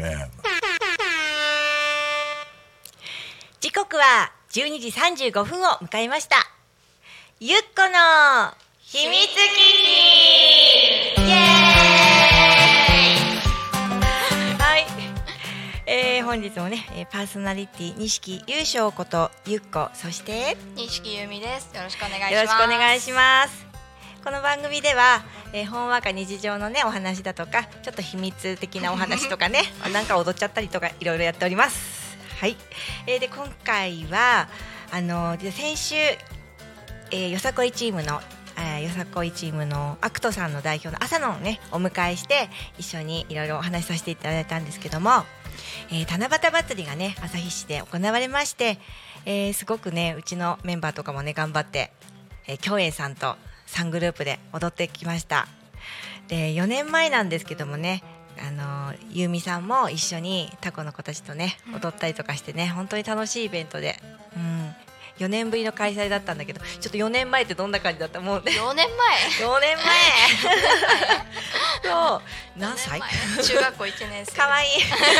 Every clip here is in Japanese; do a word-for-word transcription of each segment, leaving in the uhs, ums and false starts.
ェム。 時刻はじゅうにじさんじゅうごふんを迎えました。ゆっこの秘密基地、イエーイ。はい、えー、本日もねパーソナリティ錦優勝ことゆっこ、そして錦由美です。よろしくお願いします。 よろしくお願いします。この番組では、えー、ほんわか日常のねお話だとか、ちょっと秘密的なお話とかねなんか踊っちゃったりとかいろいろやっております。はい、えー、で今回はあのー、先週、えー、よさこいチームのえー、よさこいチームのアクトさんの代表の朝野をねお迎えして一緒にいろいろお話しさせていただいたんですけども、えー、七夕祭りがね旭市で行われまして、えー、すごくねうちのメンバーとかもね頑張って、えー、京栄さんとさんグループで踊ってきました。でよねんまえなんですけどもね、あのー、ゆうみさんも一緒にタコの子たちとね踊ったりとかしてね、本当に楽しいイベントで、うんよねんぶりの開催だったんだけど、ちょっとよねんまえってどんな感じだった？もうねよねんまえよねんまえそう何歳？ 中学校いちねん生。 かわいい、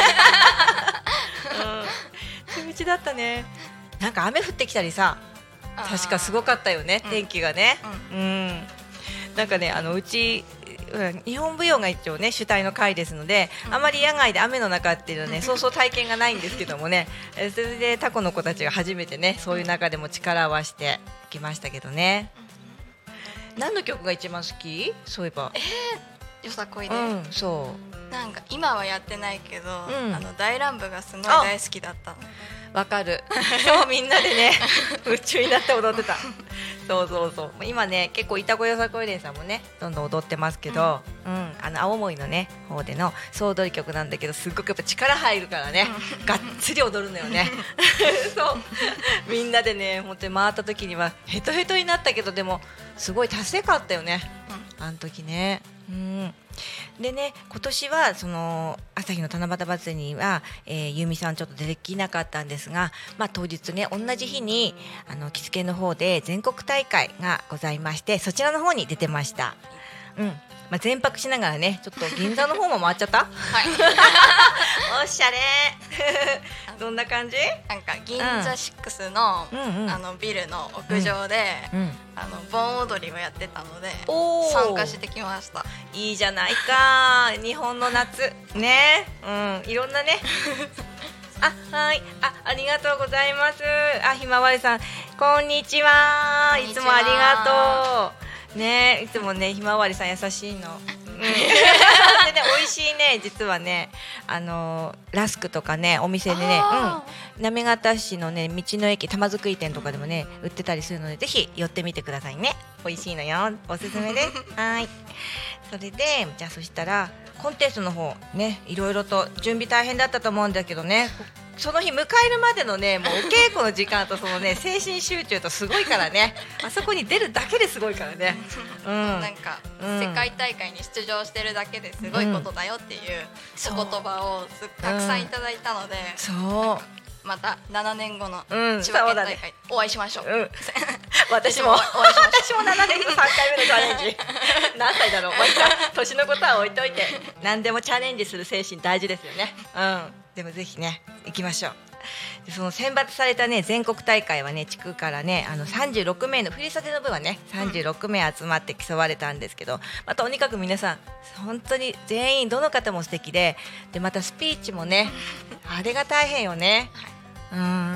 うん、手打ちだったね。なんか雨降ってきたりさ、確かすごかったよね、天気がね、うん、うん、なんかねあのうち日本舞踊が一応ね主体の会ですので、あまり野外で雨の中っていうのはねそうそう体験がないんですけどもね、それでタコの子たちが初めてねそういう中でも力を合わせてきましたけどね。何の曲が一番好き？そういえば、 えー、よさこいで、 うん、そうなんか今はやってないけど、うん、あの大乱舞がすごい大好きだったの。 わかるそうみんなでね夢中になって踊ってたそうそうそう、今ね結構いたこよさこい連さんもねどんどん踊ってますけど、うん、うん、あの青森のね方での総踊り曲なんだけど、すっごくやっぱ力入るからねがっつり踊るのよねそうみんなでね本当に回った時にはヘトヘトになったけど、でもすごい達成感あったよね、うん、あの時ね。うん、でね今年はその朝日の七夕祭りには、えー、ゆうみさんちょっとできなかったんですが、まあ、当日ね同じ日にあの着付けの方で全国大会がございまして、そちらの方に出てました。うん、まあ、全泊しながらねちょっと銀座の方も回っちゃったはいおしゃれどんな感じ？ なんか銀座シックスの、うんうん、あのビルの屋上で、うんうん、あの盆踊りをやってたので参加してきました。 いいじゃないか日本の夏ね、うん、いろんなねあ、はい、あ、ありがとうございます。あ、ひまわりさんこんにちは。いつもありがとうね、いつもねひまわりさん優しいの、うん、でね美味しいね、実はねあのー、ラスクとかねお店でね、うん、行方市のね道の駅玉造店とかでもね売ってたりするので、ぜひ寄ってみてくださいね。美味しいのよ、おすすめですはい、それでじゃあそしたらコンテストの方ねいろいろと準備大変だったと思うんだけどね、その日迎えるまでのねもうお稽古の時間とそのね精神集中とすごいからねあそこに出るだけですごいからね、 うん、なんか、うん、世界大会に出場してるだけですごいことだよっていうお言葉をたくさんいただいたので、うん、そうまたななねんごの千葉県大会お会いしましょう、うん、 私も私もななねんごさんかいめのチャレンジ何歳だろう、もう一回年のことは置いといて何でもチャレンジする精神大事ですよね、うん、でもぜひね行きましょう。でその選抜されたね全国大会はね地区からねあのさんじゅうろくめいの振り袖の部はねさんじゅうろくめい集まって競われたんですけど、まあ、とにかく皆さん本当に全員どの方も素敵で、でまたスピーチもねあれが大変よね、 うん、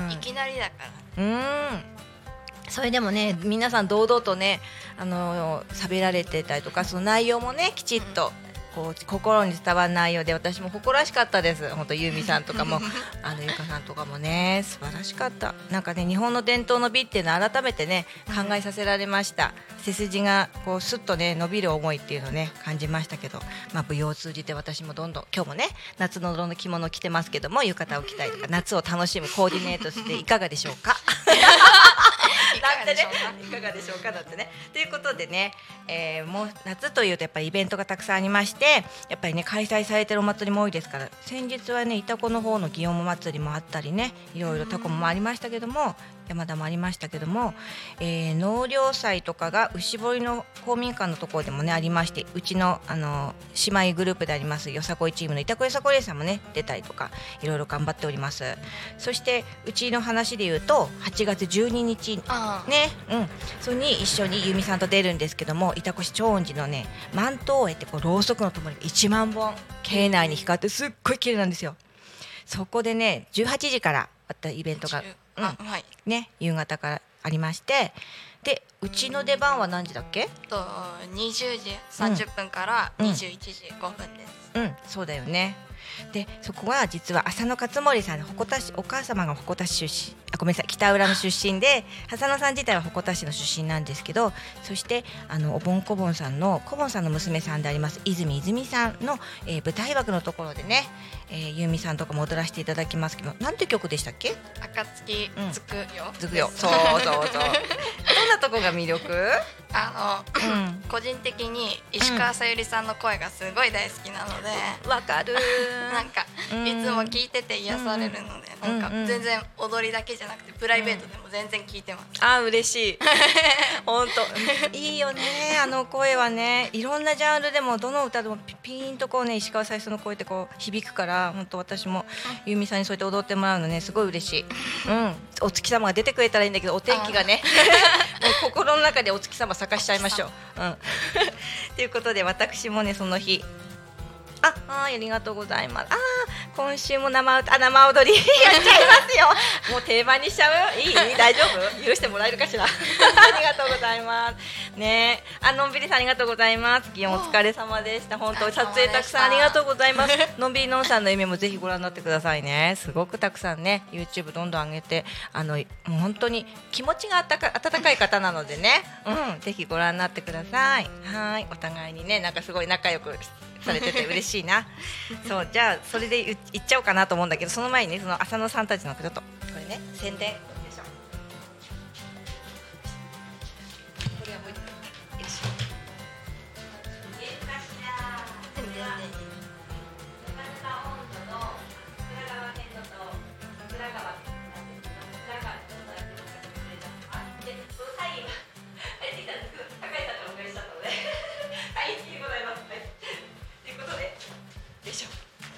いきなりだから、 うん、それでもね皆さん堂々とねあの喋られてたりとか、その内容もねきちっと、うんこう心に伝わる内容で私も誇らしかったです。本当ユーミさんとかもあのゆかさんとかもね素晴らしかった。なんかね日本の伝統の美っていうのを改めてね考えさせられました。背筋がこうスッとね伸びる思いっていうのをね感じましたけど、まあ、舞踊を通じて私もどんどん今日もね夏の色の着物を着てますけども浴衣を着たりとか夏を楽しむコーディネートしていかがでしょうかだってねいかがでしょうかだってねということでね、えー、もう夏というとやっぱりイベントがたくさんありまして、やっぱりね開催されてるお祭りも多いですから、先日はね潮来の方の祇園祭りもあったりねいろいろタコもありましたけども、 山田もありましたけども、えー、納涼祭とかが牛堀の公民館のところでもねありまして、うちのあの姉妹グループでありますよさこいチームのいたこよさこレーさんもね出たりとかいろいろ頑張っております。そしてうちの話で言うとはちがつじゅうににちね、うん、それに一緒に由美さんと出るんですけども、潮来市長恩寺のね万灯会ってこうろうそくの灯りがいちまんぼん境内に光ってすっごい綺麗なんですよ。そこでねじゅうはちじからあったイベントが、うんはい、ね、夕方からありまして、でうちの出番は何時だっけ？ とにじゅうじさんじゅっぷんからにじゅういちじごふんです。 うん、うん、そうだよね。でそこは実は浅野勝森さんの鉾田市、お母様が鉾田市出身、あごめんなさい北浦の出身で、浅野さん自体は鉾田市の出身なんですけど、そしてあのおぼんこぼんさんのこぼんさんの娘さんであります泉泉さんの、えー、舞台枠のところでね、えー、由美さんとかも踊らせていただきますけど、なんて曲でしたっけ？ 暁つくよ、 つくよ、そうそうそうどんなとこが魅力？ あの、うん、個人的に石川さゆりさんの声がすごい大好きなので、 わ、うん、かるなんかいつも聞いてて癒されるので、うん、なんか全然踊りだけじゃなくてプライベートでも全然聞いてます、 うん、あ嬉しい本当いいよね、あの声はね、いろんなジャンルでもどの歌でもピピーンとこうね石川さゆりさんの声ってこう響くから、本当私も由美さんにそうやって踊ってもらうのねすごい嬉しい、うん、お月様が出てくれたらいいんだけど、お天気がねもう心の中でお月様咲かしちゃいましょう、うん、ということで私もねその日ああありがとうございます。あ今週も生歌、あ生踊りやっちゃいますよもう定番にしちゃう？いい大丈夫？許してもらえるかしらありがとうございますね。あのんびりさんありがとうございます。祇園お疲れ様でした。本当撮影たくさんありがとうございますのんびりのんさんの夢もぜひご覧になってくださいね。すごくたくさんね YouTube どんどん上げて、あのもう本当に気持ちがあったか温かい方なのでね、うん、ぜひご覧になってください。はい、お互いにねなんかすごい仲良くされてて嬉しいなそうじゃあそれで言っちゃおうかなと思うんだけど、その前にねその浅野さんたちのちょっとこれね宣伝よいしょ、これはもう一個よいしょ、見えるかしら。これは高田温度の桜川線路と桜川線路桜川線路とやってるのが失礼いたします。でそのサインはあれできたんですけど高井さんがお願いしたのではい好きでございます。ということでよいしょ、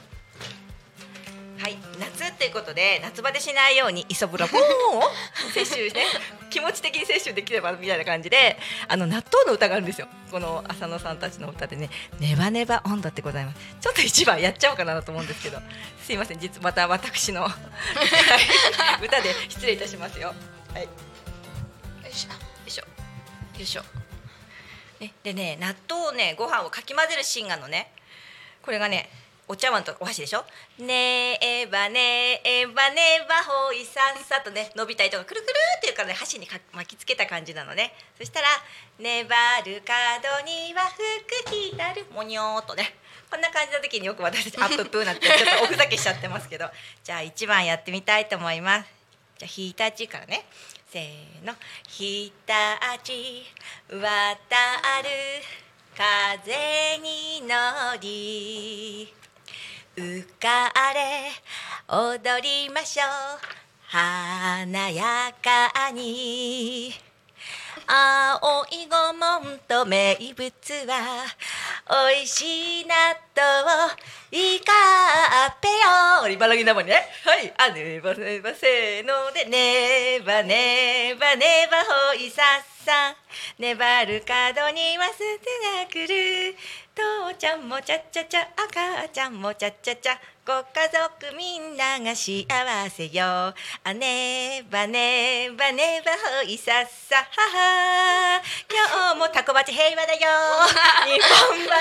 はい、夏ということで夏バテしないように磯風呂ボーンを摂取ね気持ち的に摂取できればみたいな感じで、あの納豆の歌があるんですよ。この浅野さんたちの歌でね、ネバネバ温度ってございます。ちょっと一番やっちゃおうかなと思うんですけど、すいません、実また私の歌で失礼いたしますよ。はい、よいしょよいしょよいしょ、ね、でね納豆をねご飯をかき混ぜるシーンがあるのね。これがねお茶碗とお箸でしょ。ねえばねえばねばほいさっさとね伸びた糸がくるくるっていうからね箸にか巻きつけた感じなのね。そしたら粘る角には福来たるもにょーっとね、こんな感じの時によく私たちアッププーなんてちょっとおふざけしちゃってますけどじゃあいちばんやってみたいと思います。じゃあ日立からね、せーの、日立渡る風に乗り浮かれ踊りましょう華やかに、青いご門と名物はおいしい納豆イカペヨ、茨城生にね、はい、あねばねばせーのでねばねばねばほいさっさ、粘る角にはすてが来る、父ちゃんもちゃっちゃちゃ赤ちゃんもちゃっちゃちゃ、ご家族みんなが幸せよ、あねばねばねばほいさっさ、はは今日もタコ町平和だよ日本バレーということで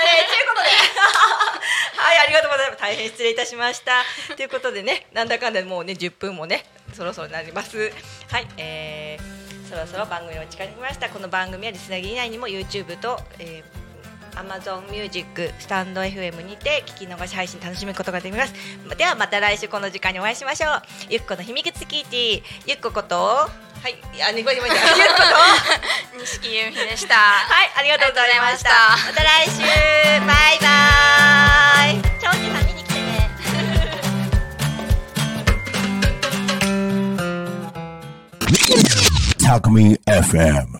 はい、ありがとうございます。大変失礼いたしましたということでね、なんだかんだもうねじゅっぷんもねそろそろなります。はい、えー、そろそろ番組の近づきました。この番組はリスナー以外にも YouTube と、えーAmazon Music、スタンド エフエム にて聞き逃し配信楽しむことができます。ではまた来週この時間にお会いしましょう。ゆっこの秘密基地、ゆっこことはい、あ、にこにこにこゆっこと錦ゆうひでした。 はい、ありがとうございました。また来週、バイバイ。長寿さん見に来てね。 Talk Me エフエム